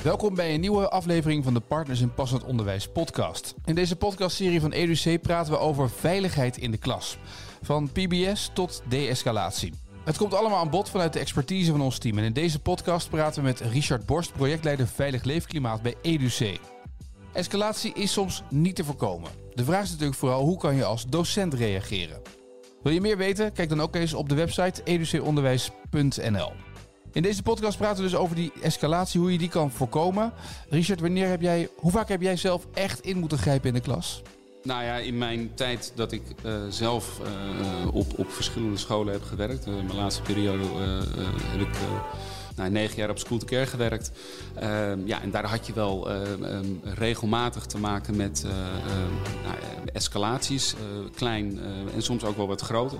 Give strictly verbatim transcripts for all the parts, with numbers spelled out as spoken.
Welkom bij een nieuwe aflevering van de Partners in Passend Onderwijs podcast. In deze podcastserie van E D U C praten we over veiligheid in de klas. Van P B S tot de-escalatie. Het komt allemaal aan bod vanuit de expertise van ons team. En in deze podcast praten we met Richard Borst, projectleider Veilig Leefklimaat bij E D U C. Escalatie is soms niet te voorkomen. De vraag is natuurlijk vooral, hoe kan je als docent reageren? Wil je meer weten? Kijk dan ook eens op de website e d u c onderwijs punt n l. In deze podcast praten we dus over die escalatie, hoe je die kan voorkomen. Richard, wanneer heb jij, hoe vaak heb jij zelf echt in moeten grijpen in de klas? Nou ja, in mijn tijd dat ik uh, zelf uh, op, op verschillende scholen heb gewerkt. Uh, mijn laatste periode uh, uh, heb ik uh, nou, negen jaar op School to Care gewerkt. Uh, ja, en daar had je wel uh, um, regelmatig te maken met uh, uh, nou, escalaties. Uh, klein uh, en soms ook wel wat groter.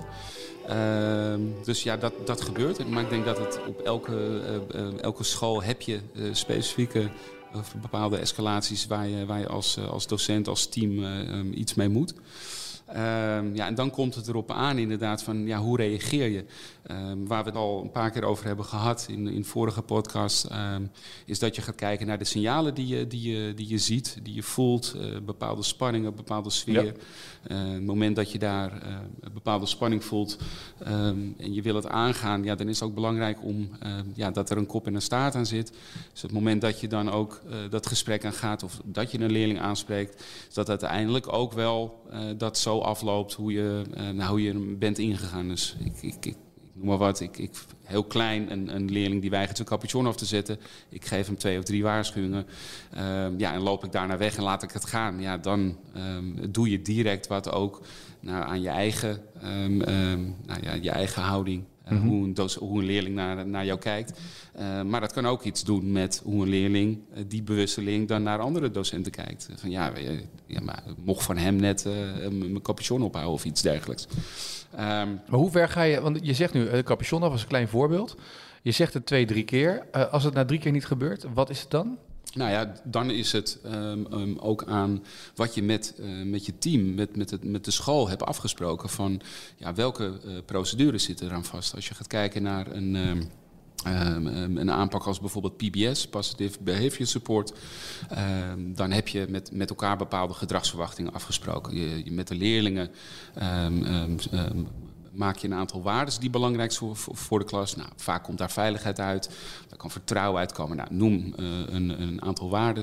Uh, dus ja, dat, dat gebeurt. Maar ik denk dat het op elke, uh, uh, elke school heb je uh, specifieke of bepaalde escalaties waar je, waar je als, als docent, als team uh, um, iets mee moet. Uh, ja, en dan komt het erop aan inderdaad van ja, hoe reageer je? Uh, waar we het al een paar keer over hebben gehad in, in vorige podcast, uh, is dat je gaat kijken naar de signalen die je, die je, die je ziet, die je voelt, uh, bepaalde spanningen, bepaalde sfeer. Ja. Uh, het moment dat je daar uh, een bepaalde spanning voelt um, en je wil het aangaan, ja, dan is het ook belangrijk om uh, ja, dat er een kop en een staart aan zit. Dus het moment dat je dan ook uh, dat gesprek aangaat of dat je een leerling aanspreekt, is dat uiteindelijk ook wel uh, dat zo afloopt hoe je, uh, nou, hoe je bent ingegaan. Dus ik, ik, ik, ik noem maar wat, ik, ik, heel klein, een, een leerling die weigert zijn capuchon af te zetten. Ik geef hem twee of drie waarschuwingen. Uh, ja, en loop ik daarna weg en laat ik het gaan. Ja, dan um, doe je direct wat ook nou, aan je eigen, um, um, nou, ja, je eigen houding. Uh, mm-hmm. hoe, een doos, hoe een leerling naar, naar jou kijkt. Uh, maar dat kan ook iets doen met hoe een leerling, uh, die bewuste leerling, dan naar andere docenten kijkt. Van ja, ja maar mocht van hem net uh, mijn capuchon ophouden of iets dergelijks. Um, maar hoe ver ga je, want je zegt nu uh, capuchon af als een klein voorbeeld. Je zegt het twee, drie keer. Uh, als het na drie keer niet gebeurt, wat is het dan? Nou ja, dan is het um, um, ook aan wat je met, uh, met je team, met, met, het, met de school hebt afgesproken. Van ja, welke uh, procedures zitten eraan vast? Als je gaat kijken naar een, um, um, een aanpak als bijvoorbeeld P B S, Positive Behavior Support. Um, dan heb je met, met elkaar bepaalde gedragsverwachtingen afgesproken. Je, je met de leerlingen Um, um, um, maak je een aantal waarden die belangrijk zijn voor, voor de klas. Nou, vaak komt daar veiligheid uit. Daar kan vertrouwen uitkomen. Nou, noem uh, een, een aantal waarden.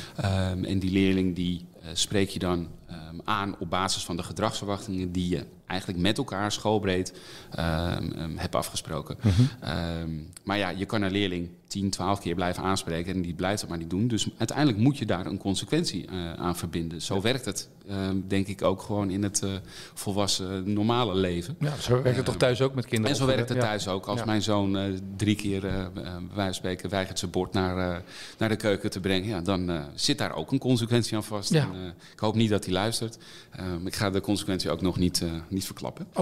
Um, en die leerling die uh, spreek je dan um, aan op basis van de gedragsverwachtingen die je eigenlijk met elkaar schoolbreed um, um, hebt afgesproken. Mm-hmm. Um, maar ja, je kan een leerling tien, twaalf keer blijven aanspreken en die blijft het maar niet doen. Dus uiteindelijk moet je daar een consequentie uh, aan verbinden. Zo ja. werkt het, um, denk ik, ook gewoon in het uh, volwassen normale leven. Ja, zo werkt het uh, toch thuis ook met kinderen? En zo werkt het thuis ja. ook. Als ja. mijn zoon uh, drie keer, uh, bij wijze van spreken, weigert zijn bord naar, uh, naar de keuken te brengen, ja, dan uh, zit daar ook een consequentie aan vast. Ja. En, uh, ik hoop niet dat hij luistert. Uh, ik ga de consequentie ook nog niet, uh, niet verklappen. Oh,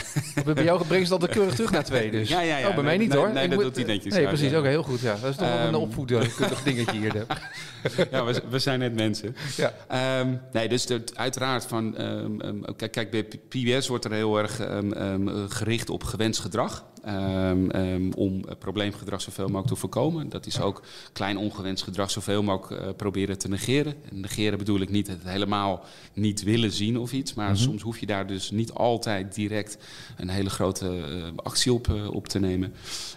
bij jou brengt ze dat keurig terug naar twee dus. Ja, ja, ja. Oh, bij nee, mij niet nee, hoor. Nee, ik dat moet, doet hij netjes. Nee, uit, precies. ja. Oké, okay, heel goed. Ja. Dat is toch um, een opvoedkundig dingetje hier. Ja, we, we zijn net mensen. Ja. Um, nee, dus de, uiteraard van... Um, um, kijk, kijk, bij P B S wordt er heel erg um, um, gericht op gewenst gedrag. Um, um, om uh, probleemgedrag zoveel mogelijk te voorkomen. Dat is ook klein ongewenst gedrag zoveel mogelijk uh, proberen te negeren. En negeren bedoel ik niet het helemaal niet willen zien of iets. Maar mm-hmm. soms hoef je daar dus niet altijd direct een hele grote uh, actie op, uh, op te nemen.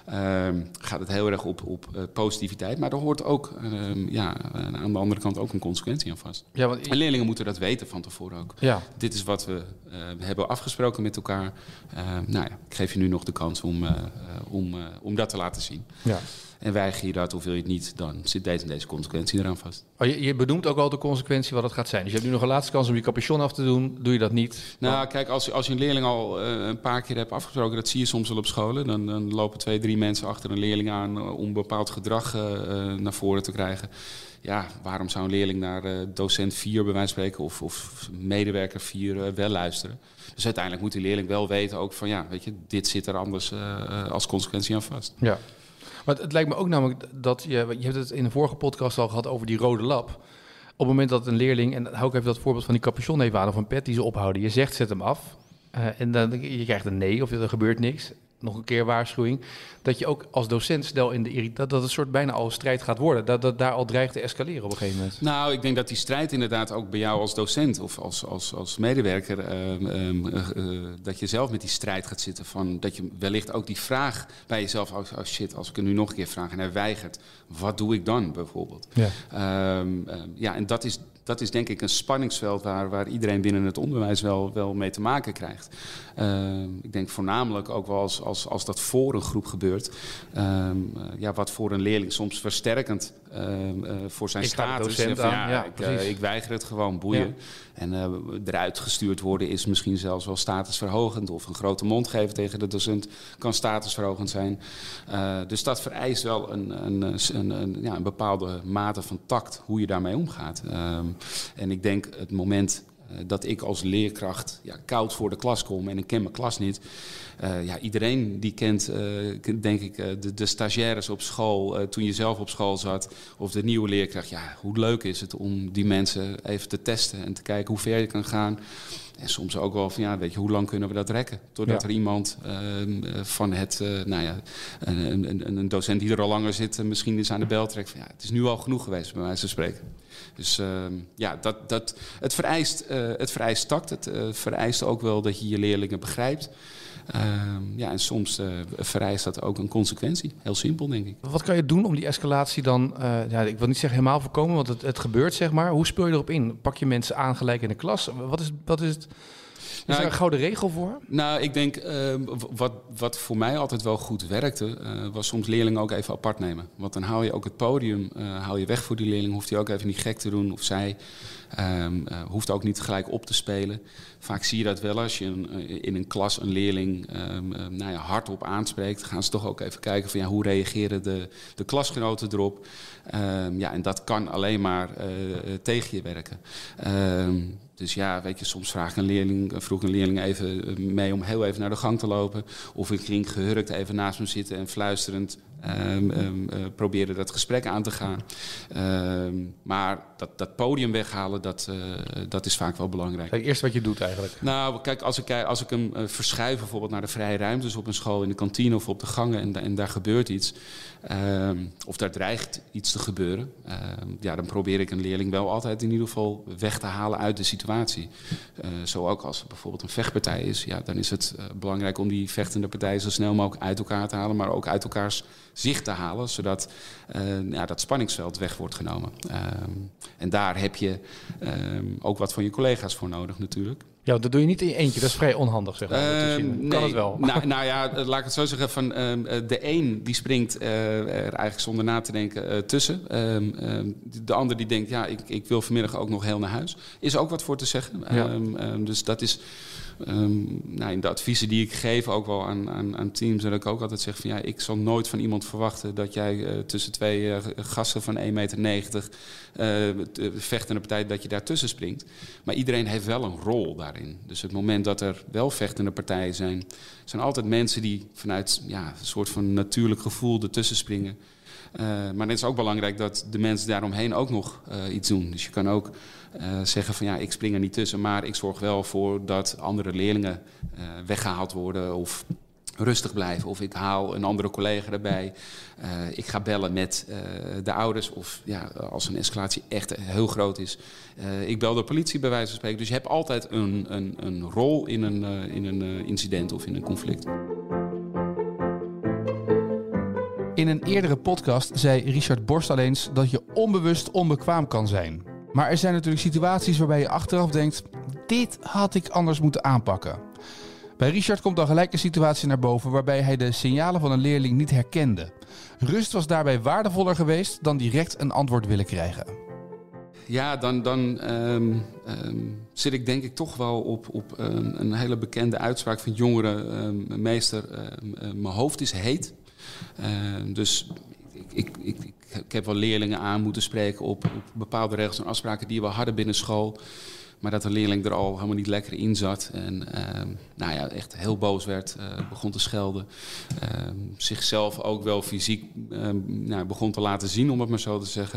Um, gaat het heel erg op, op uh, positiviteit. Maar er hoort ook um, ja, aan de andere kant ook een consequentie aan vast. Ja, want... En leerlingen moeten dat weten van tevoren ook. Ja. Dit is wat we uh, hebben afgesproken met elkaar. Uh, nou ja, ik geef je nu nog de kans om, uh, om, uh, om dat te laten zien. Ja. En weiger je dat of wil je het niet, dan zit deze, deze consequentie eraan vast. Oh, je, je benoemt ook al de consequentie wat het gaat zijn. Dus je hebt nu nog een laatste kans om je capuchon af te doen. Doe je dat niet? Nou, dan... kijk, als, als je een leerling al uh, een paar keer hebt afgesproken, dat zie je soms wel op scholen. Dan, dan lopen twee, drie mensen achter een leerling aan uh, om bepaald gedrag uh, uh, naar voren te krijgen. Ja, waarom zou een leerling naar uh, docent vier bij wijze van spreken of, of medewerker vier uh, wel luisteren? Dus uiteindelijk moet die leerling wel weten ook van ja, weet je, dit zit er anders uh, uh, als consequentie aan vast. Ja. Maar het lijkt me ook namelijk dat je... Je hebt het in de vorige podcast al gehad over die rode lap. Op het moment dat een leerling... En hou ik even dat voorbeeld van die capuchon even aan of een pet die ze ophouden. Je zegt, zet hem af. Uh, en dan je krijgt een nee of er gebeurt niks. nog een keer waarschuwing, dat je ook als docent snel in de irritatie, dat, dat het soort bijna al een strijd gaat worden. Dat dat daar al dreigt te escaleren op een gegeven moment. Nou, ik denk dat die strijd inderdaad ook bij jou als docent of als, als, als medewerker, uh, uh, uh, uh, dat je zelf met die strijd gaat zitten. Van, dat je wellicht ook die vraag bij jezelf, oh, oh shit, als ik hem nu nog een keer vraag en hij weigert, wat doe ik dan bijvoorbeeld? Ja, um, uh, ja en dat is... Dat is denk ik een spanningsveld waar, waar iedereen binnen het onderwijs wel, wel mee te maken krijgt. Uh, ik denk voornamelijk ook wel als, als, als dat voor een groep gebeurt. Uh, uh, ja, wat voor een leerling soms versterkend uh, uh, voor zijn ik status. Van, ja, ja, ik, uh, ik weiger het gewoon, boeien. Ja. En uh, eruit gestuurd worden is misschien zelfs wel statusverhogend. Of een grote mond geven tegen de docent kan statusverhogend zijn. Uh, dus dat vereist wel een, een, een, een, ja, een bepaalde mate van tact hoe je daarmee omgaat. Uh, en ik denk het moment uh, dat ik als leerkracht ja, koud voor de klas kom en ik ken mijn klas niet. Uh, ja, iedereen die kent, uh, denk ik, uh, de, de stagiaires op school, uh, toen je zelf op school zat, of de nieuwe leerkracht. Ja, hoe leuk is het om die mensen even te testen en te kijken hoe ver je kan gaan. En soms ook wel van, ja, weet je, hoe lang kunnen we dat rekken? Totdat ja. er iemand uh, van het, uh, nou ja, een, een, een docent die er al langer zit, uh, misschien eens aan de bel trekt van, ja, het is nu al genoeg geweest, bij wijze van spreken. Dus uh, ja, dat, dat, het, vereist, uh, het vereist tact. Het uh, vereist ook wel dat je je leerlingen begrijpt. Uh, ja, en soms uh, vereist dat ook een consequentie. Heel simpel, denk ik. Wat kan je doen om die escalatie dan, uh, ja, ik wil niet zeggen helemaal voorkomen, want het, het gebeurt, zeg maar. Hoe speel je erop in? Pak je mensen aan gelijk in de klas? Wat is, wat is het? Is nou, er een gouden regel voor? Nou, ik denk, uh, wat, wat voor mij altijd wel goed werkte, uh, was soms leerlingen ook even apart nemen. Want dan hou je ook het podium, uh, hou je weg voor die leerling. Hoeft hij ook even niet gek te doen, of zij um, uh, hoeft ook niet gelijk op te spelen. Vaak zie je dat wel als je een, uh, in een klas een leerling um, uh, nou ja, hardop aanspreekt. Dan gaan ze toch ook even kijken van ja, hoe reageren de, de klasgenoten erop. Um, ja, en dat kan alleen maar uh, tegen je werken. Um, Dus ja, weet je, soms vraag ik een leerling, vroeg een leerling even mee om heel even naar de gang te lopen. Of ik ging gehurkt even naast me zitten en fluisterend um, um, uh, probeerde dat gesprek aan te gaan. Um, maar dat, dat podium weghalen, dat, uh, dat is vaak wel belangrijk. Kijk, eerst wat je doet eigenlijk. Nou, kijk, als ik, als ik hem uh, verschuif bijvoorbeeld naar de vrije ruimtes op een school, in de kantine of op de gangen en, en daar gebeurt iets. Um, of daar dreigt iets te gebeuren. Um, ja, dan probeer ik een leerling wel altijd in ieder geval weg te halen uit de situatie. Uh, zo ook als er bijvoorbeeld een vechtpartij is. Ja, dan is het uh, belangrijk om die vechtende partijen zo snel mogelijk uit elkaar te halen. Maar ook uit elkaars zicht te halen. Zodat uh, ja, dat spanningsveld weg wordt genomen. Um, en daar heb je um, ook wat van je collega's voor nodig natuurlijk. Ja, dat doe je niet in je eentje. Dat is vrij onhandig, zeg maar. Uh, kan nee, het wel? Nou, nou ja, laat ik het zo zeggen. Van, uh, de een die springt uh, er eigenlijk zonder na te denken uh, tussen. Uh, uh, de ander die denkt, ja, ik, ik wil vanmiddag ook nog heel naar huis. Is ook wat voor te zeggen. Ja. Um, um, dus dat is... Um, nou, in de adviezen die ik geef, ook wel aan, aan, aan teams, dat ik ook altijd zeg van ja, ik zal nooit van iemand verwachten dat jij uh, tussen twee uh, gasten van één meter negentig uh, vechtende partij, dat je daartussen springt. Maar iedereen heeft wel een rol daarin. Dus het moment dat er wel vechtende partijen zijn, zijn altijd mensen die vanuit ja, een soort van natuurlijk gevoel ertussen springen. Uh, maar het is ook belangrijk dat de mensen daaromheen ook nog uh, iets doen. Dus je kan ook uh, zeggen van ja, ik spring er niet tussen, maar ik zorg wel voor dat andere leerlingen uh, weggehaald worden of rustig blijven. Of ik haal een andere collega erbij. Uh, ik ga bellen met uh, de ouders. Of ja, als een escalatie echt heel groot is. Uh, ik bel de politie bij wijze van spreken. Dus je hebt altijd een, een, een rol in een, uh, in een uh, incident of in een conflict. In een eerdere podcast zei Richard Borst al eens dat je onbewust onbekwaam kan zijn. Maar er zijn natuurlijk situaties waarbij je achteraf denkt, dit had ik anders moeten aanpakken. Bij Richard komt dan gelijk een situatie naar boven waarbij hij de signalen van een leerling niet herkende. Rust was daarbij waardevoller geweest dan direct een antwoord willen krijgen. Ja, dan, dan um, um, zit ik denk ik toch wel op, op um, een hele bekende uitspraak van jongeren. Um, meester, um, um, mijn hoofd is heet. Uh, dus ik, ik, ik, ik heb wel leerlingen aan moeten spreken op, op bepaalde regels en afspraken die we hadden binnen school. Maar dat de leerling er al helemaal niet lekker in zat. En uh, nou ja, echt heel boos werd, uh, begon te schelden. Uh, zichzelf ook wel fysiek uh, nou, begon te laten zien, om het maar zo te zeggen.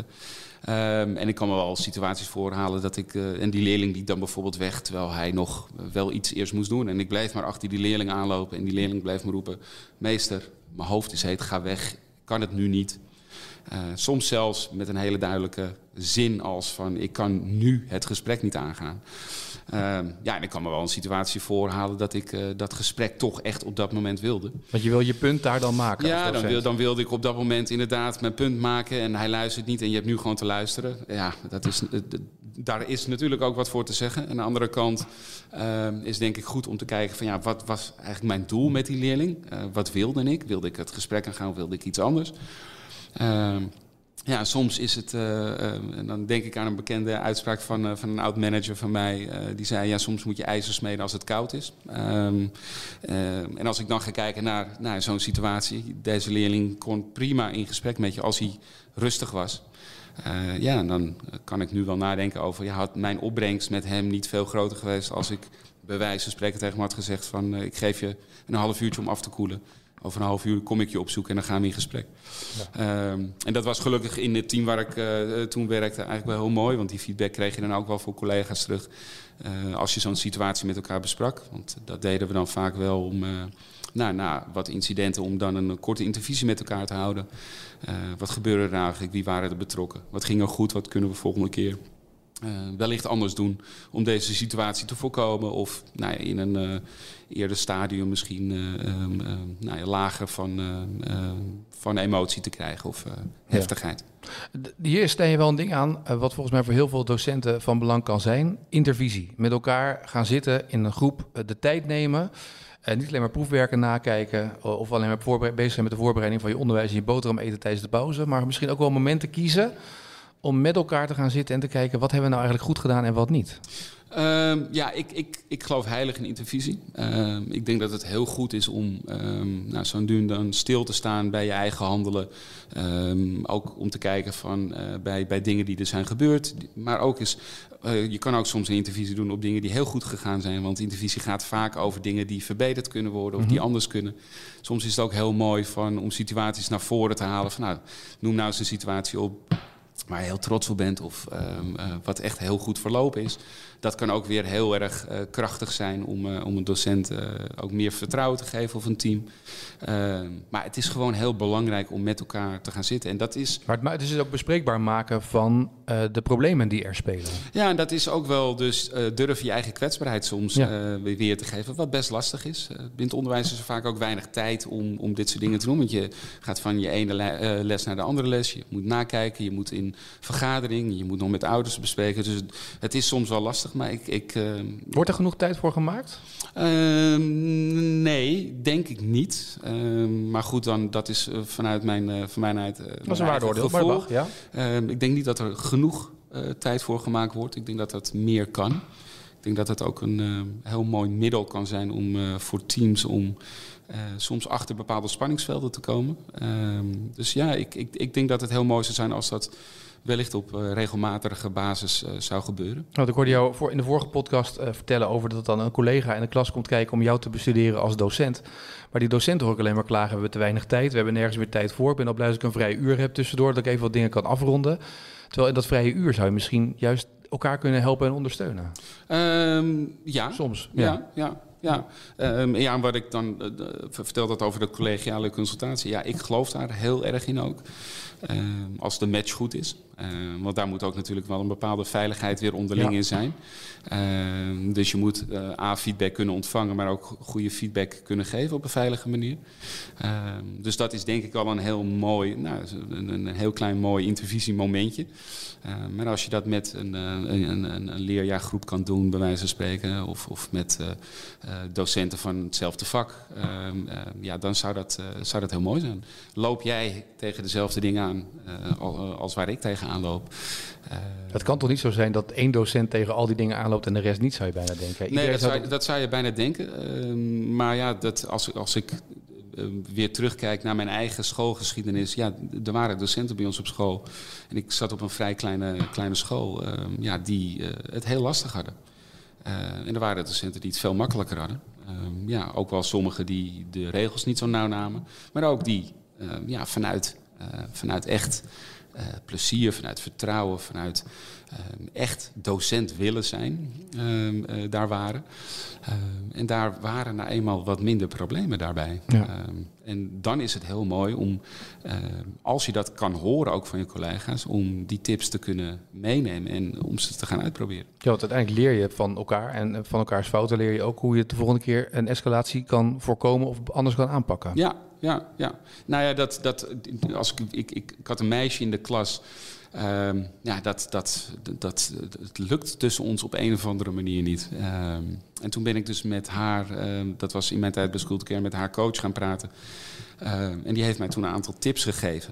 Um, en ik kan me wel situaties voorhalen dat ik... Uh, en die leerling die dan bijvoorbeeld weg, terwijl hij nog wel iets eerst moest doen. En ik bleef maar achter die leerling aanlopen. En die leerling bleef me roepen: meester, mijn hoofd is heet, ga weg. Ik kan het nu niet. Uh, soms zelfs met een hele duidelijke zin als van: ik kan nu het gesprek niet aangaan. Uh, ja, en ik kan me wel een situatie voorhalen dat ik uh, dat gesprek toch echt op dat moment wilde. Want je wil je punt daar dan maken? Ja, dan, wil, dan wilde ik op dat moment inderdaad mijn punt maken en hij luistert niet en je hebt nu gewoon te luisteren. Ja, dat is, uh, daar is natuurlijk ook wat voor te zeggen. Aan de andere kant uh, is denk ik goed om te kijken van ja, wat was eigenlijk mijn doel met die leerling? Uh, wat wilde ik? Wilde ik het gesprek aangaan of wilde ik iets anders? Uh, Ja, soms is het, uh, uh, en dan denk ik aan een bekende uitspraak van, uh, van een oud-manager van mij. Uh, die zei, ja, soms moet je ijzer smeden als het koud is. Um, uh, en als ik dan ga kijken naar, naar zo'n situatie. Deze leerling kon prima in gesprek met je als hij rustig was. Uh, ja, dan kan ik nu wel nadenken over, ja, had mijn opbrengst met hem niet veel groter geweest als ik bij wijze van spreken tegen hem had gezegd van, uh, ik geef je een half uurtje om af te koelen. Over een half uur kom ik je opzoeken en dan gaan we in gesprek. Ja. Um, en dat was gelukkig in het team waar ik uh, toen werkte eigenlijk wel heel mooi. Want die feedback kreeg je dan ook wel voor collega's terug. Uh, als je zo'n situatie met elkaar besprak. Want dat deden we dan vaak wel om, uh, nou, na wat incidenten, om dan een korte intervisie met elkaar te houden. Uh, wat gebeurde er eigenlijk? Wie waren er betrokken? Wat ging er goed? Wat kunnen we volgende keer Uh, wellicht anders doen om deze situatie te voorkomen of nou ja, in een uh, eerder stadium misschien uh, um, uh, nou ja, lager van, uh, uh, van emotie te krijgen of uh, heftigheid. Ja. Hier stel je wel een ding aan uh, wat volgens mij voor heel veel docenten van belang kan zijn. Intervisie. Met elkaar gaan zitten in een groep, uh, de tijd nemen. Uh, niet alleen maar proefwerken nakijken uh, of alleen maar voorbe- bezig zijn met de voorbereiding van je onderwijs en je boterham eten tijdens de pauze. Maar misschien ook wel momenten kiezen om met elkaar te gaan zitten en te kijken wat hebben we nou eigenlijk goed gedaan en wat niet. Um, ja, ik, ik, ik geloof heilig in intervisie. Um, ik denk dat het heel goed is om um, nou, zo'n doen dan stil te staan bij je eigen handelen. Um, ook om te kijken van, uh, bij, bij dingen die er zijn gebeurd. Maar ook eens, uh, je kan ook soms een intervisie doen op dingen die heel goed gegaan zijn. Want intervisie gaat vaak over dingen die verbeterd kunnen worden of mm-hmm. die anders kunnen. Soms is het ook heel mooi van, om situaties naar voren te halen. Van, nou, noem nou eens een situatie op waar je heel trots op bent of um, uh, wat echt heel goed verlopen is. Dat kan ook weer heel erg uh, krachtig zijn om, uh, om een docent uh, ook meer vertrouwen te geven of een team. Uh, maar het is gewoon heel belangrijk om met elkaar te gaan zitten. En dat is... Maar het, het is ook bespreekbaar maken van uh, de problemen die er spelen. Ja, en dat is ook wel dus uh, durf je eigen kwetsbaarheid soms ja. uh, weer te geven, wat best lastig is. Uh, binnen het onderwijs is er vaak ook weinig tijd om, om dit soort dingen te doen. Want je gaat van je ene le- uh, les naar de andere les. Je moet nakijken, je moet in vergadering, je moet nog met ouders bespreken. Dus het, het is soms wel lastig. Maar ik, ik, uh, Wordt er genoeg tijd voor gemaakt? Uh, nee, denk ik niet. Uh, maar goed, dan, dat is uh, vanuit mijn, uh, van mijn uit, uh, dat is een waardeoordeel, maar mag, ja. Uh, ik denk niet dat er genoeg uh, tijd voor gemaakt wordt. Ik denk dat dat meer kan. Ik denk dat het ook een uh, heel mooi middel kan zijn om, uh, voor teams om uh, soms achter bepaalde spanningsvelden te komen. Uh, dus ja, ik, ik, ik denk dat het heel mooi zou zijn als dat wellicht op uh, regelmatige basis uh, zou gebeuren. Nou, ik hoorde jou voor in de vorige podcast uh, vertellen over dat dan een collega in de klas komt kijken om jou te bestuderen als docent. Maar die docenten hoor ik alleen maar klagen, we hebben te weinig tijd, we hebben nergens meer tijd voor. Ik ben al blij dat ik een vrije uur heb tussendoor, dat ik even wat dingen kan afronden. Terwijl in dat vrije uur zou je misschien juist elkaar kunnen helpen en ondersteunen. Um, ja. Soms. Ja, ja. ja. Ja, um, ja, wat ik dan uh, vertel dat over de collegiale consultatie. Ja, ik geloof daar heel erg in ook. Uh, als de match goed is. Uh, want daar moet ook natuurlijk wel een bepaalde veiligheid weer onderling ja. in zijn. Uh, dus je moet uh, A, feedback kunnen ontvangen, maar ook goede feedback kunnen geven op een veilige manier. Uh, dus dat is denk ik al een heel mooi, nou, een, een heel klein mooi intervisiemomentje. Uh, maar als je dat met een, een, een, een leerjaargroep kan doen, bij wijze van spreken, of, of met uh, uh, docenten van hetzelfde vak, uh, uh, ja, dan zou dat, uh, zou dat heel mooi zijn. Loop jij tegen dezelfde dingen aan uh, als waar ik tegen aanloop? Uh, het kan toch niet zo zijn dat één docent tegen al die dingen aanloopt en de rest niet, zou je bijna denken? Iedereen nee, dat zou, dat... dat zou je bijna denken. Uh, maar ja, dat als, als ik uh, weer terugkijk naar mijn eigen schoolgeschiedenis. Ja, er waren docenten bij ons op school. En ik zat op een vrij kleine, kleine school. Uh, ja, die uh, het heel lastig hadden. Uh, en er waren docenten die het veel makkelijker hadden. Uh, ja, ook wel sommigen die de regels niet zo nauw namen. Maar ook die uh, ja, vanuit, uh, vanuit echt uh, plezier, vanuit vertrouwen, vanuit uh, echt docent willen zijn, uh, uh, daar waren. Uh, en daar waren nou eenmaal wat minder problemen daarbij. Ja. Uh, en dan is het heel mooi om, uh, als je dat kan horen ook van je collega's, om die tips te kunnen meenemen en om ze te gaan uitproberen. Ja, want uiteindelijk leer je van elkaar en van elkaars fouten leer je ook hoe je de volgende keer een escalatie kan voorkomen of anders kan aanpakken. Ja, ja, ja. Nou ja, dat, dat, als ik, ik, ik, ik had een meisje in de klas. Um, ja, dat, dat, dat, het lukt tussen ons op een of andere manier niet. Um, en toen ben ik dus met haar, um, dat was in mijn tijd bij School to Care, met haar coach gaan praten. Um, en die heeft mij toen een aantal tips gegeven.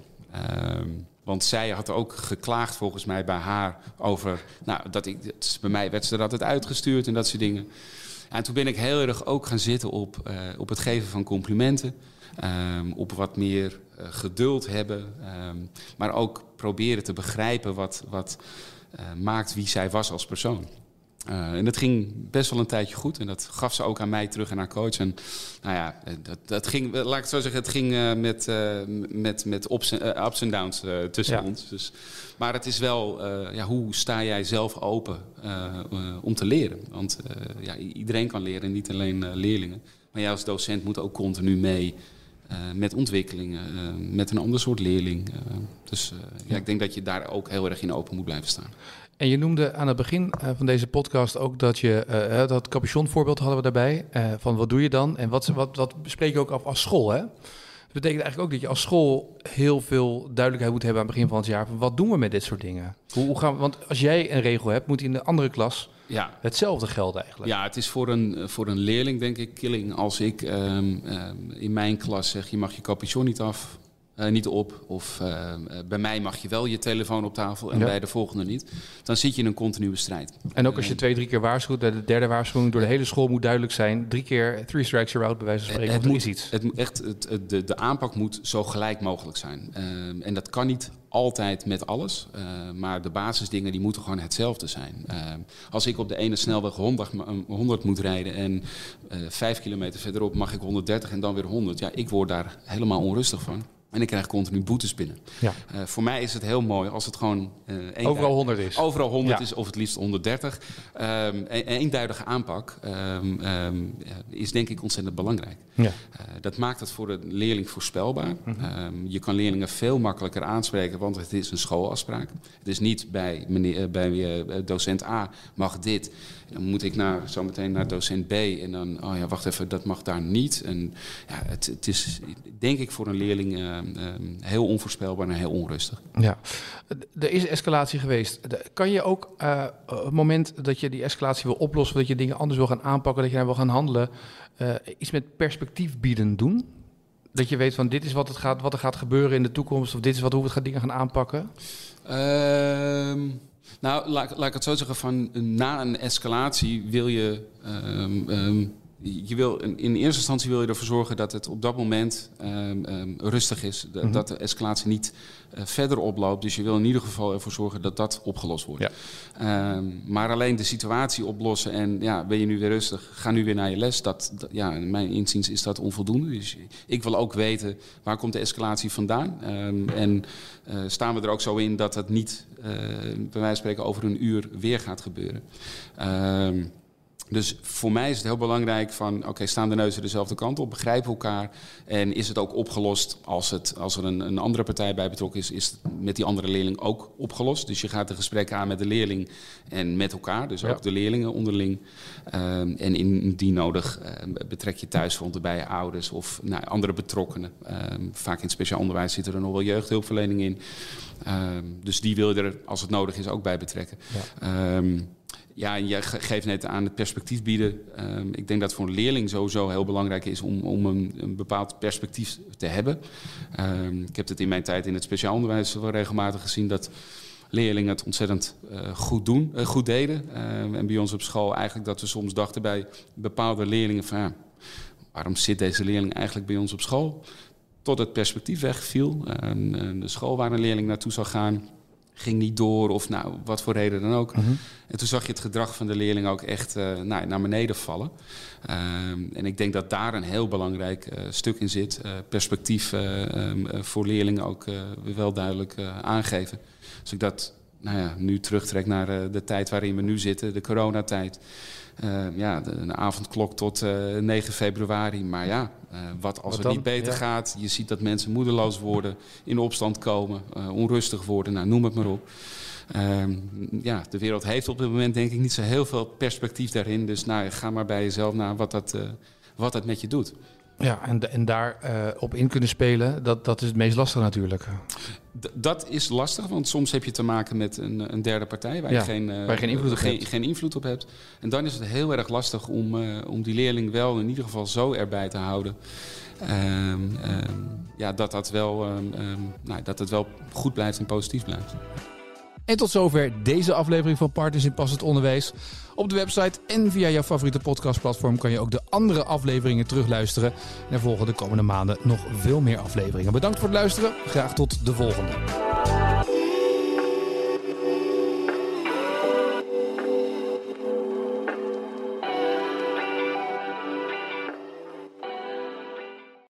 Um, want zij had ook geklaagd volgens mij bij haar over, nou, dat ik, dat, bij mij werd ze er altijd uitgestuurd en dat soort dingen. En toen ben ik heel erg ook gaan zitten op, uh, op het geven van complimenten. Um, op wat meer uh, geduld hebben. Um, maar ook proberen te begrijpen wat, wat uh, maakt wie zij was als persoon. Uh, en dat ging best wel een tijdje goed. En dat gaf ze ook aan mij terug en haar coach. En nou ja, dat, dat ging, laat ik het zo zeggen, het ging uh, met, uh, met, met ups en uh, ups en downs uh, tussen ja. ons. Dus, maar het is wel, uh, ja, hoe sta jij zelf open uh, uh, om te leren? Want uh, ja, iedereen kan leren, niet alleen uh, leerlingen. Maar jij als docent moet ook continu mee uh, met ontwikkelingen, uh, met een ander soort leerling. Uh, dus uh, ja, ja, ik denk dat je daar ook heel erg in open moet blijven staan. En je noemde aan het begin uh, van deze podcast ook dat je, uh, dat capuchon-voorbeeld hadden we daarbij, uh, van wat doe je dan? En wat, wat, wat bespreek je ook af als school, hè? Dat betekent eigenlijk ook dat je als school heel veel duidelijkheid moet hebben aan het begin van het jaar. Van wat doen we met dit soort dingen? Hoe, hoe gaan we, want als jij een regel hebt, moet in de andere klas ja. hetzelfde gelden eigenlijk. Ja, het is voor een, voor een leerling denk ik killing als ik um, um, in mijn klas zeg, je mag je capuchon niet af. Uh, niet op, of uh, uh, bij mij mag je wel je telefoon op tafel en ja. bij de volgende niet. Dan zit je in een continue strijd. En ook als je twee, drie keer waarschuwt, de derde waarschuwing door de hele school moet duidelijk zijn. Drie keer, three strikes you're out, bij wijze van spreken. Het, het moet, is iets. Het, echt, het, het, de, de aanpak moet zo gelijk mogelijk zijn. Uh, en dat kan niet altijd met alles. Uh, maar de basisdingen die moeten gewoon hetzelfde zijn. Uh, als ik op de ene snelweg honderd, honderd moet rijden en uh, vijf kilometer verderop mag ik honderddertig en dan weer honderd. Ja, ik word daar helemaal onrustig van. En ik krijg continu boetes binnen. Ja. Uh, voor mij is het heel mooi als het gewoon Uh, overal honderd is. Overal honderd ja. is, of het liefst honderddertig. Um, een eenduidige aanpak um, um, is denk ik ontzettend belangrijk. Ja. Uh, dat maakt het voor de leerling voorspelbaar. Mm-hmm. Um, je kan leerlingen veel makkelijker aanspreken, want het is een schoolafspraak. Het is niet bij, meneer, bij uh, docent A mag dit. Dan moet ik naar, zo meteen naar docent B en dan, oh ja, wacht even, dat mag daar niet. En ja, het, het is denk ik voor een leerling uh, uh, heel onvoorspelbaar en heel onrustig. Ja, er is escalatie geweest. Kan je ook uh, op het moment dat je die escalatie wil oplossen, dat je dingen anders wil gaan aanpakken, dat je daar wil gaan handelen, uh, iets met perspectief bieden doen? Dat je weet van dit is wat, het gaat, wat er gaat gebeuren in de toekomst, of dit is wat, hoe we het gaan dingen gaan aanpakken? Uh... Nou, laat, laat ik het zo zeggen, van na een escalatie wil je, um, um, je wil in, in eerste instantie wil je ervoor zorgen dat het op dat moment um, um, rustig is, d- mm-hmm. dat de escalatie niet uh, verder oploopt. Dus je wil in ieder geval ervoor zorgen dat dat opgelost wordt. Ja. Um, maar alleen de situatie oplossen en ja, ben je nu weer rustig, ga nu weer naar je les. Dat, dat, ja, in mijn inziens is dat onvoldoende. Dus ik wil ook weten, waar komt de escalatie vandaan? Um, en uh, staan we er ook zo in dat het niet, uh, bij wijze van spreken, over een uur weer gaat gebeuren. Um, Dus voor mij is het heel belangrijk van, oké, okay, staan de neuzen dezelfde kant op, begrijpen elkaar. En is het ook opgelost als, het, als er een, een andere partij bij betrokken is, is het met die andere leerling ook opgelost. Dus je gaat de gesprekken aan met de leerling en met elkaar, dus ja. ook de leerlingen onderling. Um, en indien nodig uh, betrek je thuisfronten bij je ouders of nou, andere betrokkenen. Um, vaak in het speciaal onderwijs zit er nog wel jeugdhulpverlening in. Um, dus die wil je er, als het nodig is, ook bij betrekken. Ja. Um, Ja, en jij geeft net aan het perspectief bieden. Um, ik denk dat het voor een leerling sowieso heel belangrijk is om, om een, een bepaald perspectief te hebben. Um, ik heb het in mijn tijd in het speciaal onderwijs wel regelmatig gezien dat leerlingen het ontzettend uh, goed doen, uh, goed deden. Um, en bij ons op school eigenlijk dat we soms dachten bij bepaalde leerlingen van ja, waarom zit deze leerling eigenlijk bij ons op school? Tot het perspectief wegviel. Um, de school waar een leerling naartoe zou gaan ging niet door of nou, wat voor reden dan ook. Mm-hmm. En toen zag je het gedrag van de leerling ook echt uh, nou, naar beneden vallen. Um, en ik denk dat daar een heel belangrijk uh, stuk in zit. Uh, perspectief uh, um, uh, voor leerlingen ook uh, wel duidelijk uh, aangeven. Als ik dat nou ja, nu terugtrek naar uh, de tijd waarin we nu zitten, de coronatijd. Uh, ja, de, een avondklok tot uh, negen februari. Maar ja, uh, wat als wat het dan? niet beter ja. gaat. Je ziet dat mensen moedeloos worden, in opstand komen, uh, onrustig worden. Nou, noem het maar op. Uh, ja, de wereld heeft op dit moment denk ik niet zo heel veel perspectief daarin. Dus nou, ga maar bij jezelf naar wat dat, uh, wat dat met je doet. Ja, en, en daar uh, op in kunnen spelen, dat, dat is het meest lastige natuurlijk. D- dat is lastig, want soms heb je te maken met een, een derde partij waar, ja, je geen, uh, waar je geen invloed op geen, hebt. geen invloed op hebt. En dan is het heel erg lastig om, uh, om die leerling wel in ieder geval zo erbij te houden. Um, um, ja, dat, dat, wel, um, um, nou, dat het wel goed blijft en positief blijft. En tot zover deze aflevering van Partners in Passend Onderwijs. Op de website en via jouw favoriete podcastplatform kan je ook de andere afleveringen terugluisteren. En er volgen de komende maanden nog veel meer afleveringen. Bedankt voor het luisteren. Graag tot de volgende.